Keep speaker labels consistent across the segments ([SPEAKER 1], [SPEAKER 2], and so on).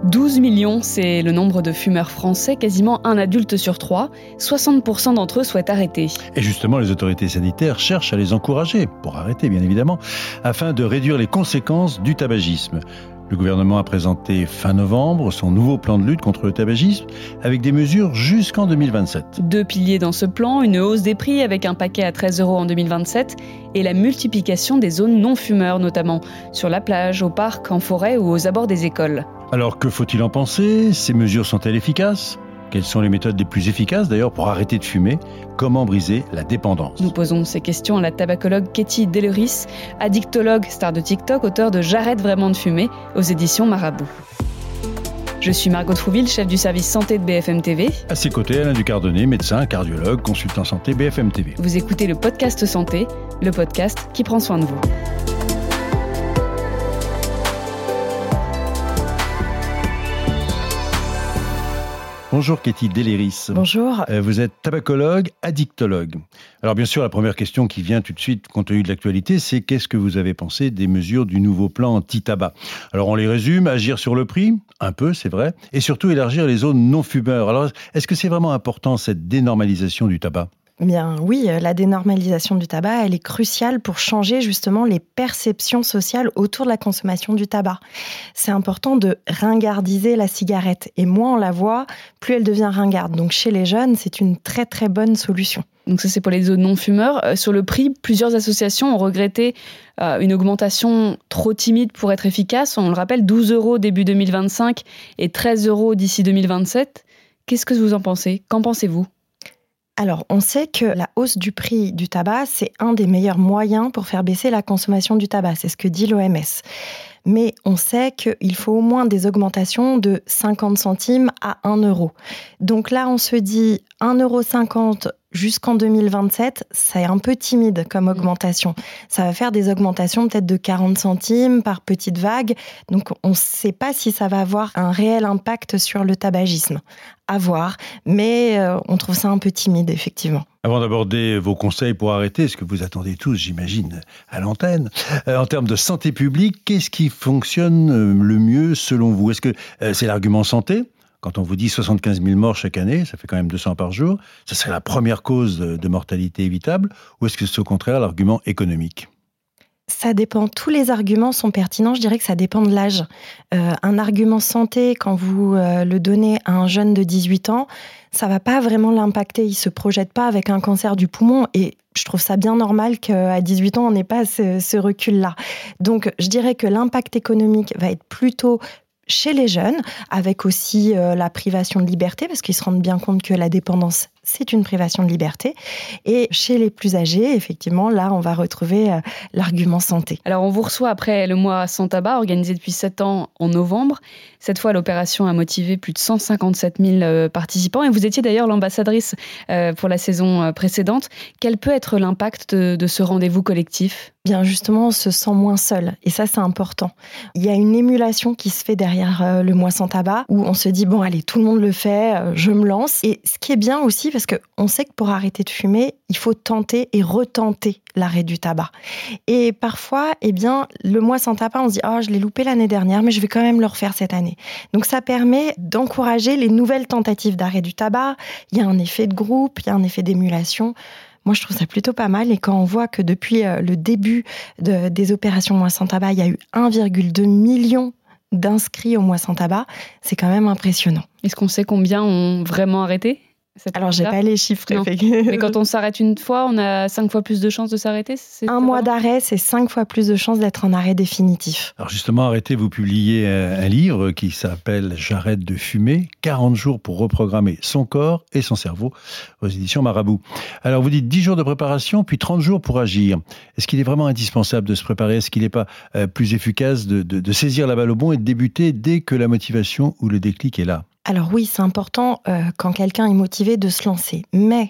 [SPEAKER 1] 12 millions, c'est le nombre de fumeurs français, quasiment un adulte sur 3. 60% d'entre eux souhaitent arrêter.
[SPEAKER 2] Et justement, les autorités sanitaires cherchent à les encourager, pour arrêter bien évidemment, afin de réduire les conséquences du tabagisme. Le gouvernement a présenté fin novembre son nouveau plan de lutte contre le tabagisme avec des mesures jusqu'en 2027.
[SPEAKER 1] 2 piliers dans ce plan, une hausse des prix avec un paquet à 13 € en 2027 et la multiplication des zones non-fumeurs, notamment sur la plage, au parc, en forêt ou aux abords des écoles.
[SPEAKER 2] Alors que faut-il en penser ? Ces mesures sont-elles efficaces ? Quelles sont les méthodes les plus efficaces d'ailleurs pour arrêter de fumer ? Comment briser la dépendance ?
[SPEAKER 1] Nous posons ces questions à la tabacologue Katie Delleris, addictologue, star de TikTok, auteur de J'arrête vraiment de fumer aux éditions Marabout. Je suis Margot Trouville, chef du service santé de BFM TV.
[SPEAKER 2] À ses côtés, Alain Ducardonnet, médecin, cardiologue, consultant santé BFM TV.
[SPEAKER 1] Vous écoutez le podcast Santé, le podcast qui prend soin de vous.
[SPEAKER 2] Bonjour Katie Delleris.
[SPEAKER 3] Bonjour.
[SPEAKER 2] Vous êtes tabacologue, addictologue. Alors bien sûr, la première question qui vient tout de suite compte tenu de l'actualité, c'est qu'est-ce que vous avez pensé des mesures du nouveau plan anti-tabac ? Alors on les résume, agir sur le prix, un peu c'est vrai, et surtout élargir les zones non-fumeurs. Alors est-ce que c'est vraiment important cette dénormalisation du tabac ?
[SPEAKER 3] Bien oui, la dénormalisation du tabac, elle est cruciale pour changer justement les perceptions sociales autour de la consommation du tabac. C'est important de ringardiser la cigarette et moins on la voit, plus elle devient ringarde. Donc chez les jeunes, c'est une très très bonne solution.
[SPEAKER 1] Donc ça c'est pour les zones non-fumeurs. Sur le prix, plusieurs associations ont regretté une augmentation trop timide pour être efficace. On le rappelle, 12 € début 2025 et 13 € d'ici 2027. Qu'est-ce que vous en pensez ? Qu'en pensez-vous ?
[SPEAKER 3] Alors, on sait que la hausse du prix du tabac, c'est un des meilleurs moyens pour faire baisser la consommation du tabac. C'est ce que dit l'OMS. Mais on sait qu'il faut au moins des augmentations de 50 centimes à 1 €. Donc là, on se dit 1,50 € jusqu'en 2027, c'est un peu timide comme augmentation. Ça va faire des augmentations peut-être de 40 centimes par petite vague. Donc on ne sait pas si ça va avoir un réel impact sur le tabagisme. À voir, mais on trouve ça un peu timide, effectivement.
[SPEAKER 2] Avant d'aborder vos conseils pour arrêter, ce que vous attendez tous, j'imagine, à l'antenne, en termes de santé publique, qu'est-ce qui fonctionne le mieux selon vous ? Est-ce que c'est l'argument santé ? Quand on vous dit 75 000 morts chaque année, ça fait quand même 200 par jour, ça serait la première cause de mortalité évitable ? Ou est-ce que c'est au contraire l'argument économique ?
[SPEAKER 3] Ça dépend. Tous les arguments sont pertinents. Je dirais que ça dépend de l'âge. Un argument santé, quand vous le donnez à un jeune de 18 ans, ça va pas vraiment l'impacter. Il se projette pas avec un cancer du poumon. Et je trouve ça bien normal qu'à 18 ans, on n'ait pas ce recul-là. Donc, je dirais que l'impact économique va être plutôt chez les jeunes, avec aussi la privation de liberté, parce qu'ils se rendent bien compte que la dépendance, c'est une privation de liberté. Et chez les plus âgés, effectivement, là, on va retrouver l'argument santé.
[SPEAKER 1] Alors, on vous reçoit après le mois sans tabac, organisé depuis 7 ans en novembre. Cette fois, l'opération a motivé plus de 157 000 participants. Et vous étiez d'ailleurs l'ambassadrice pour la saison précédente. Quel peut être l'impact de ce rendez-vous collectif ?
[SPEAKER 3] Bien justement, on se sent moins seul. Et ça, c'est important. Il y a une émulation qui se fait derrière le mois sans tabac, où on se dit, bon, allez, tout le monde le fait, je me lance. Et ce qui est bien aussi, parce qu'on sait que pour arrêter de fumer, il faut tenter et retenter l'arrêt du tabac. Et parfois, eh bien, le mois sans tabac, on se dit « Oh, je l'ai loupé l'année dernière, mais je vais quand même le refaire cette année. » Donc, ça permet d'encourager les nouvelles tentatives d'arrêt du tabac. Il y a un effet de groupe, il y a un effet d'émulation. Moi, je trouve ça plutôt pas mal. Et quand on voit que depuis le début des opérations mois sans tabac, il y a eu 1,2 million d'inscrits au mois sans tabac, c'est quand même impressionnant.
[SPEAKER 1] Est-ce qu'on sait combien ont vraiment arrêté ?
[SPEAKER 3] Alors, j'ai pas les chiffres.
[SPEAKER 1] Mais quand on s'arrête une fois, on a 5 fois plus de chances de s'arrêter ?
[SPEAKER 3] Un mois d'arrêt, c'est 5 fois plus de chances d'être en arrêt définitif.
[SPEAKER 2] Alors justement, arrêtez, vous publiez un livre qui s'appelle « J'arrête de fumer, 40 jours pour reprogrammer son corps et son cerveau » aux éditions Marabout. Alors vous dites 10 jours de préparation, puis 30 jours pour agir. Est-ce qu'il est vraiment indispensable de se préparer ? Est-ce qu'il n'est pas plus efficace de saisir la balle au bon et de débuter dès que la motivation ou le déclic est là ?
[SPEAKER 3] Alors oui, c'est important quand quelqu'un est motivé de se lancer. Mais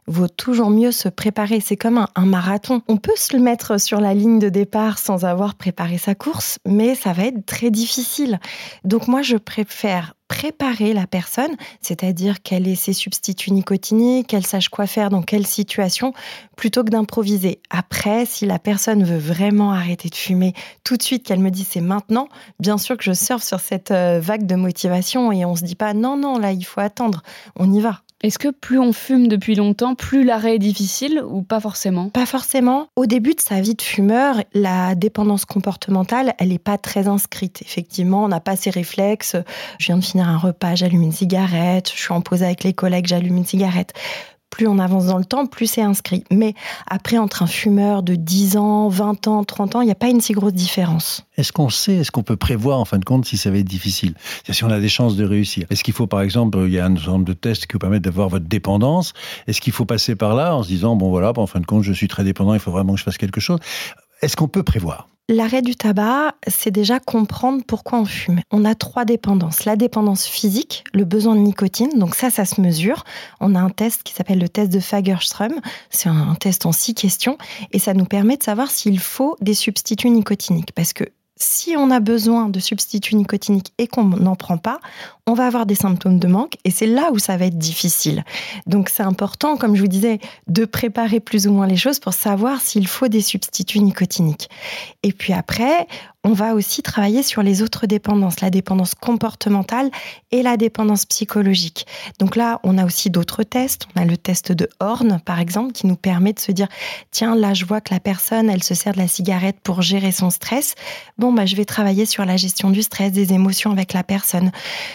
[SPEAKER 3] vaut toujours mieux se préparer. C'est comme un marathon. On peut se le mettre sur la ligne de départ sans avoir préparé sa course, mais ça va être très difficile. Donc moi, je préfère préparer la personne, c'est-à-dire qu'elle ait ses substituts nicotiniques, qu'elle sache quoi faire dans quelle situation, plutôt que d'improviser. Après, si la personne veut vraiment arrêter de fumer tout de suite, qu'elle me dit c'est maintenant, bien sûr que je surfe sur cette vague de motivation et on se dit pas non, là il faut attendre, on y va.
[SPEAKER 1] Est-ce que plus on fume depuis longtemps, plus l'arrêt est difficile ou pas forcément ?
[SPEAKER 3] Pas forcément. Au début de sa vie de fumeur, la dépendance comportementale, elle n'est pas très inscrite. Effectivement, on n'a pas ces réflexes. Je viens de finir un repas, j'allume une cigarette. Je suis en pause avec les collègues, j'allume une cigarette. Plus on avance dans le temps, plus c'est inscrit. Mais après, entre un fumeur de 10 ans, 20 ans, 30 ans, il n'y a pas une si grosse différence.
[SPEAKER 2] Est-ce qu'on peut prévoir en fin de compte si ça va être difficile ? C'est-à-dire si on a des chances de réussir. Est-ce qu'il faut par exemple, il y a un certain nombre de tests qui vous permettent d'avoir votre dépendance. Est-ce qu'il faut passer par là en se disant, bon voilà, en fin de compte, je suis très dépendant, il faut vraiment que je fasse quelque chose. Est-ce qu'on peut prévoir ?
[SPEAKER 3] L'arrêt du tabac, c'est déjà comprendre pourquoi on fume. On a 3 dépendances. La dépendance physique, le besoin de nicotine, donc ça se mesure. On a un test qui s'appelle le test de Fagerström. C'est un test en 6 questions et ça nous permet de savoir s'il faut des substituts nicotiniques. Parce que si on a besoin de substituts nicotiniques et qu'on n'en prend pas, on va avoir des symptômes de manque et c'est là où ça va être difficile. Donc c'est important, comme je vous disais, de préparer plus ou moins les choses pour savoir s'il faut des substituts nicotiniques. Et puis après, on va aussi travailler sur les autres dépendances, la dépendance comportementale et la dépendance psychologique. Donc là, on a aussi d'autres tests. On a le test de Horn, par exemple, qui nous permet de se dire « Tiens, là, je vois que la personne, elle se sert de la cigarette pour gérer son stress. Bon, je vais travailler sur la gestion du stress, des émotions avec la personne. »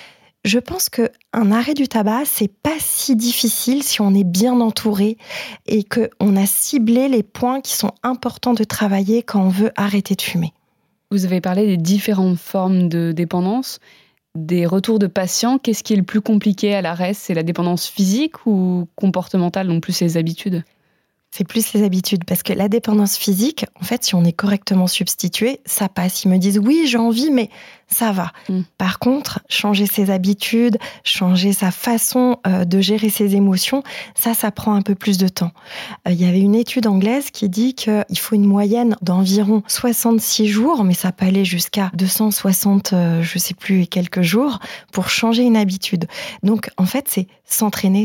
[SPEAKER 3] Je pense qu'un arrêt du tabac, c'est pas si difficile si on est bien entouré et qu'on a ciblé les points qui sont importants de travailler quand on veut arrêter de fumer.
[SPEAKER 1] Vous avez parlé des différentes formes de dépendance, des retours de patients. Qu'est-ce qui est le plus compliqué à l'arrêt ? C'est la dépendance physique ou comportementale, donc plus les habitudes ?
[SPEAKER 3] C'est plus les habitudes, parce que la dépendance physique, en fait, si on est correctement substitué, ça passe. Ils me disent, oui, j'ai envie, mais ça va. Par contre, changer ses habitudes, changer sa façon de gérer ses émotions, ça prend un peu plus de temps. Il y avait une étude anglaise qui dit qu'il faut une moyenne d'environ 66 jours, mais ça peut aller jusqu'à 260, je sais plus, et quelques jours, pour changer une habitude. Donc, en fait, c'est s'entraîner,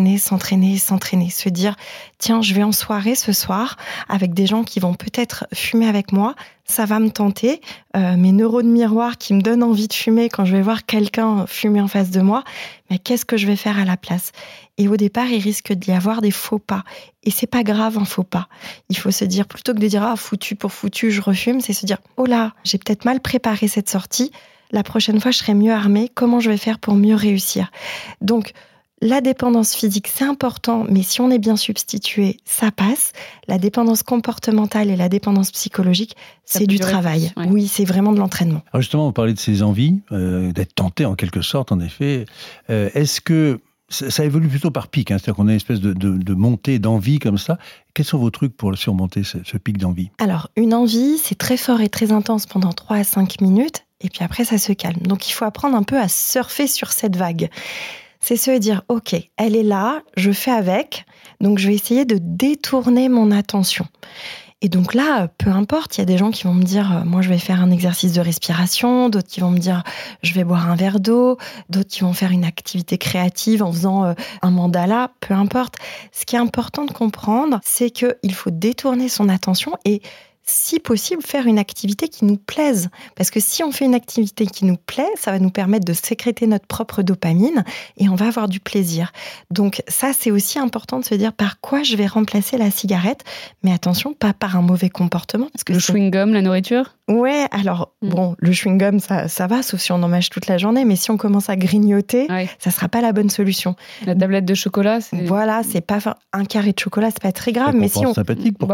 [SPEAKER 3] se dire, tiens, je vais en soirée ce soir avec des gens qui vont peut-être fumer avec moi, ça va me tenter. Mes neurones miroirs qui me donnent envie de fumer quand je vais voir quelqu'un fumer en face de moi, mais qu'est-ce que je vais faire à la place ? Et au départ, il risque d'y avoir des faux pas. Et c'est pas grave un faux pas. Il faut se dire, plutôt que de dire « Ah, foutu pour foutu, je refume », c'est se dire « Oh là, j'ai peut-être mal préparé cette sortie. La prochaine fois, je serai mieux armée. Comment je vais faire pour mieux réussir ?» Donc, la dépendance physique, c'est important, mais si on est bien substitué, ça passe. La dépendance comportementale et la dépendance psychologique, c'est du travail.
[SPEAKER 1] Ouais.
[SPEAKER 3] Oui, c'est vraiment de l'entraînement.
[SPEAKER 2] Alors justement, vous parlez de ces envies, d'être tenté en quelque sorte, en effet. Est-ce que ça évolue plutôt par pic, c'est-à-dire qu'on a une espèce de montée d'envie comme ça. Quels sont vos trucs pour surmonter ce pic d'envie ?
[SPEAKER 3] Alors, une envie, c'est très fort et très intense pendant 3 à 5 minutes, et puis après, ça se calme. Donc, il faut apprendre un peu à surfer sur cette vague. C'est se dire, ok, elle est là, je fais avec, donc je vais essayer de détourner mon attention. Et donc là, peu importe, il y a des gens qui vont me dire, moi je vais faire un exercice de respiration, d'autres qui vont me dire, je vais boire un verre d'eau, d'autres qui vont faire une activité créative en faisant un mandala, peu importe. Ce qui est important de comprendre, c'est qu'il faut détourner son attention et si possible, faire une activité qui nous plaise. Parce que si on fait une activité qui nous plaît, ça va nous permettre de sécréter notre propre dopamine et on va avoir du plaisir. Donc ça, c'est aussi important de se dire par quoi je vais remplacer la cigarette. Mais attention, pas par un mauvais comportement. Parce que
[SPEAKER 1] le chewing-gum, la nourriture ?
[SPEAKER 3] Ouais, alors bon, le chewing-gum, ça va, sauf si on en mâche toute la journée. Mais si on commence à grignoter, ça sera pas la bonne solution.
[SPEAKER 1] La tablette de chocolat, c'est...
[SPEAKER 3] Voilà, c'est pas un carré de chocolat, c'est pas très grave. Mais si on...
[SPEAKER 2] sympathique, pourquoi ?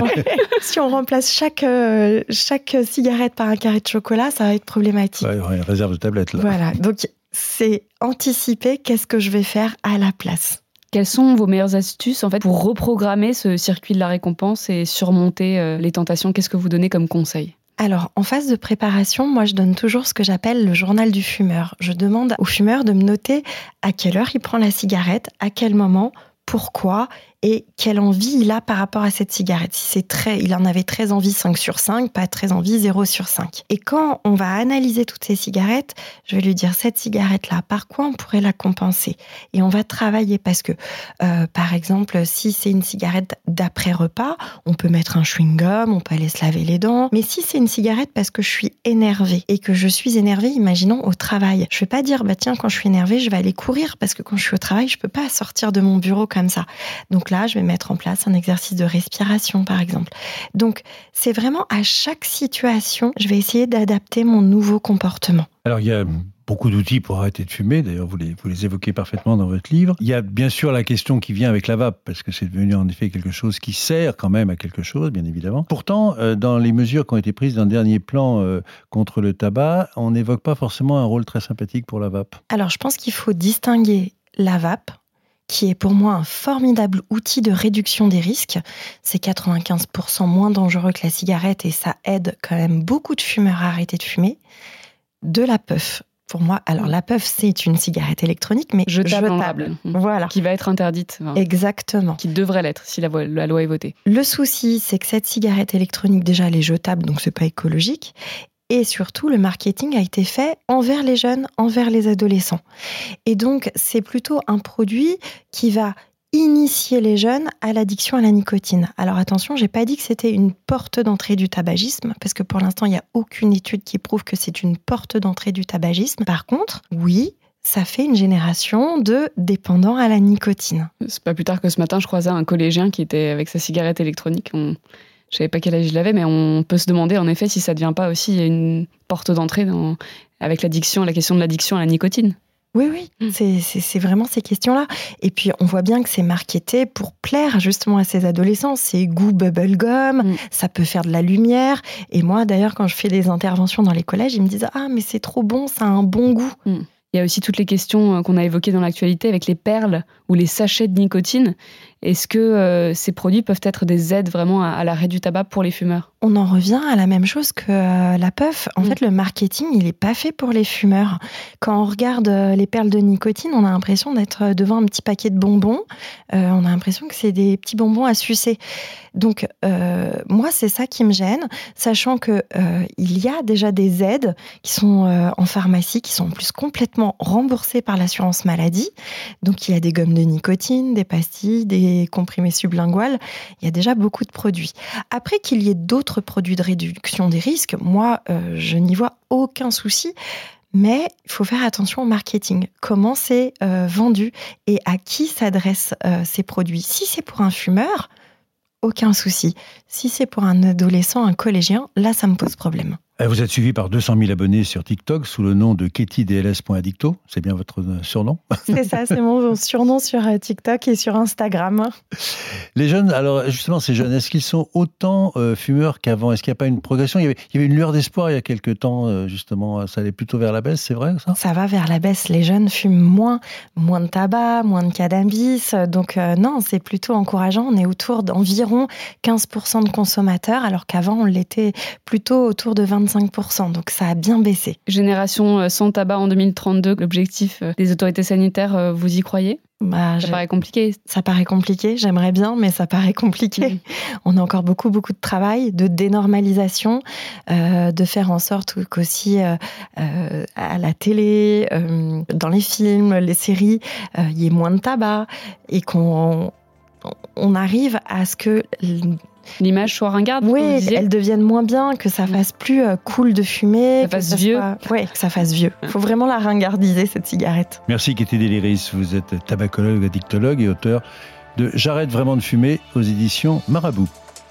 [SPEAKER 3] Si on remplace chaque cigarette par un carré de chocolat, ça va être problématique.
[SPEAKER 2] Ouais, une réserve de tablettes, là.
[SPEAKER 3] Voilà, donc c'est anticiper qu'est-ce que je vais faire à la place.
[SPEAKER 1] Quelles sont vos meilleures astuces en fait, pour reprogrammer ce circuit de la récompense et surmonter les tentations ? Qu'est-ce que vous donnez comme conseil ?
[SPEAKER 3] Alors, en phase de préparation, moi, je donne toujours ce que j'appelle le journal du fumeur. Je demande au fumeur de me noter à quelle heure il prend la cigarette, à quel moment, pourquoi et quelle envie il a par rapport à cette cigarette. Si il en avait très envie 5 sur 5, pas très envie 0 sur 5. Et quand on va analyser toutes ces cigarettes, je vais lui dire cette cigarette-là, par quoi on pourrait la compenser ? Et on va travailler parce que, par exemple, si c'est une cigarette d'après-repas, on peut mettre un chewing-gum, on peut aller se laver les dents. Mais si c'est une cigarette parce que je suis énervée et que je suis énervée, imaginons au travail, je vais pas dire tiens, quand je suis énervée, je vais aller courir parce que quand je suis au travail, je peux pas sortir de mon bureau comme ça. Donc là, je vais mettre en place un exercice de respiration, par exemple. Donc, c'est vraiment à chaque situation, je vais essayer d'adapter mon nouveau comportement.
[SPEAKER 2] Alors, il y a beaucoup d'outils pour arrêter de fumer. D'ailleurs, vous les évoquez parfaitement dans votre livre. Il y a bien sûr la question qui vient avec la vape, parce que c'est devenu en effet quelque chose qui sert quand même à quelque chose, bien évidemment. Pourtant, dans les mesures qui ont été prises dans le dernier plan contre le tabac, on n'évoque pas forcément un rôle très sympathique pour la vape.
[SPEAKER 3] Alors, je pense qu'il faut distinguer la vape, qui est pour moi un formidable outil de réduction des risques. C'est 95% moins dangereux que la cigarette et ça aide quand même beaucoup de fumeurs à arrêter de fumer. De la puff. Pour moi, alors la puff, c'est une cigarette électronique, mais jetable. Voilà.
[SPEAKER 1] Qui va être interdite.
[SPEAKER 3] Exactement.
[SPEAKER 1] Qui devrait l'être si la loi est votée.
[SPEAKER 3] Le souci, c'est que cette cigarette électronique, déjà, elle est jetable, donc c'est pas écologique. Et surtout, le marketing a été fait envers les jeunes, envers les adolescents. Et donc, c'est plutôt un produit qui va initier les jeunes à l'addiction à la nicotine. Alors attention, j'ai pas dit que c'était une porte d'entrée du tabagisme, parce que pour l'instant, il n'y a aucune étude qui prouve que c'est une porte d'entrée du tabagisme. Par contre, oui, ça fait une génération de dépendants à la nicotine.
[SPEAKER 1] C'est pas plus tard que ce matin, je croisais un collégien qui était avec sa cigarette électronique. Je savais pas quel âge il avait, mais on peut se demander en effet si ça devient pas aussi une porte d'entrée avec l'addiction, la question de l'addiction à la nicotine.
[SPEAKER 3] Oui, c'est vraiment ces questions-là. Et puis, on voit bien que c'est marketé pour plaire justement à ces adolescents. C'est goût bubblegum, ça peut faire de la lumière. Et moi, d'ailleurs, quand je fais des interventions dans les collèges, ils me disent « Ah, mais c'est trop bon, ça a un bon goût ».
[SPEAKER 1] Il y a aussi toutes les questions qu'on a évoquées dans l'actualité avec les perles ou les sachets de nicotine. Est-ce que ces produits peuvent être des aides vraiment à l'arrêt du tabac pour les fumeurs ?
[SPEAKER 3] On en revient à la même chose que la puff. En fait, le marketing, il n'est pas fait pour les fumeurs. Quand on regarde les perles de nicotine, on a l'impression d'être devant un petit paquet de bonbons. On a l'impression que c'est des petits bonbons à sucer. Donc, moi, c'est ça qui me gêne, sachant qu'il y a déjà des aides qui sont en pharmacie, qui sont en plus complètement remboursées par l'assurance maladie. Donc, il y a des gommes de nicotine, des pastilles, des comprimés sublinguales. Il y a déjà beaucoup de produits. Après qu'il y ait d'autres produits de réduction des risques, moi, je n'y vois aucun souci. Mais il faut faire attention au marketing. Comment c'est vendu et à qui s'adressent ces produits. Si c'est pour un fumeur, aucun souci. Si c'est pour un adolescent, un collégien, là, ça me pose problème.
[SPEAKER 2] Vous êtes suivi par 200 000 abonnés sur TikTok sous le nom de KettyDLS.addicto. C'est bien votre surnom ?
[SPEAKER 3] C'est ça, c'est mon surnom sur TikTok et sur Instagram.
[SPEAKER 2] Les jeunes, alors justement, ces jeunes, est-ce qu'ils sont autant fumeurs qu'avant ? Est-ce qu'il n'y a pas une progression ? Il y avait une lueur d'espoir il y a quelques temps, justement. Ça allait plutôt vers la baisse, c'est vrai ça ?
[SPEAKER 3] Ça va vers la baisse. Les jeunes fument moins de tabac, moins de cannabis. Donc non, c'est plutôt encourageant. On est autour d'environ 15% de consommateurs, alors qu'avant, on l'était plutôt autour de 25%. Donc ça a bien baissé.
[SPEAKER 1] Génération sans tabac en 2032, l'objectif des autorités sanitaires, vous y croyez ? Ça paraît compliqué.
[SPEAKER 3] Ça paraît compliqué, j'aimerais bien, mais ça paraît compliqué. On a encore beaucoup de travail, de dénormalisation, de faire en sorte qu'aussi à la télé, dans les films, les séries, il y ait moins de tabac et qu'on arrive à ce que
[SPEAKER 1] l'image soit ringarde.
[SPEAKER 3] Oui, elle devienne moins bien, que ça fasse plus cool de fumer.
[SPEAKER 1] Que ça fasse vieux.
[SPEAKER 3] Oui, que ça fasse vieux. Il faut vraiment la ringardiser, cette cigarette.
[SPEAKER 2] Merci Ketty Deliris. Vous êtes tabacologue, addictologue et auteur de J'arrête vraiment de fumer aux éditions Marabout.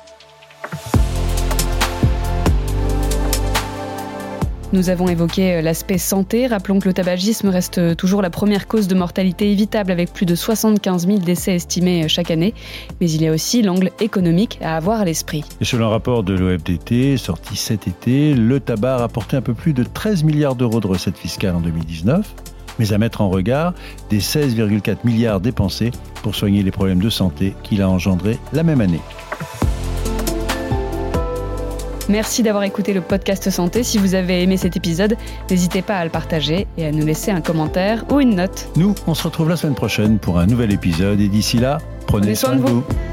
[SPEAKER 1] Nous avons évoqué l'aspect santé. Rappelons que le tabagisme reste toujours la première cause de mortalité évitable avec plus de 75 000 décès estimés chaque année. Mais il y a aussi l'angle économique à avoir à l'esprit. Et
[SPEAKER 2] selon un rapport de l'OFDT sorti cet été, le tabac a rapporté un peu plus de 13 milliards d'euros de recettes fiscales en 2019. Mais à mettre en regard des 16,4 milliards dépensés pour soigner les problèmes de santé qu'il a engendrés la même année.
[SPEAKER 1] Merci d'avoir écouté le podcast Santé. Si vous avez aimé cet épisode, n'hésitez pas à le partager et à nous laisser un commentaire ou une note.
[SPEAKER 2] Nous, on se retrouve la semaine prochaine pour un nouvel épisode et d'ici là, prenez soin de vous.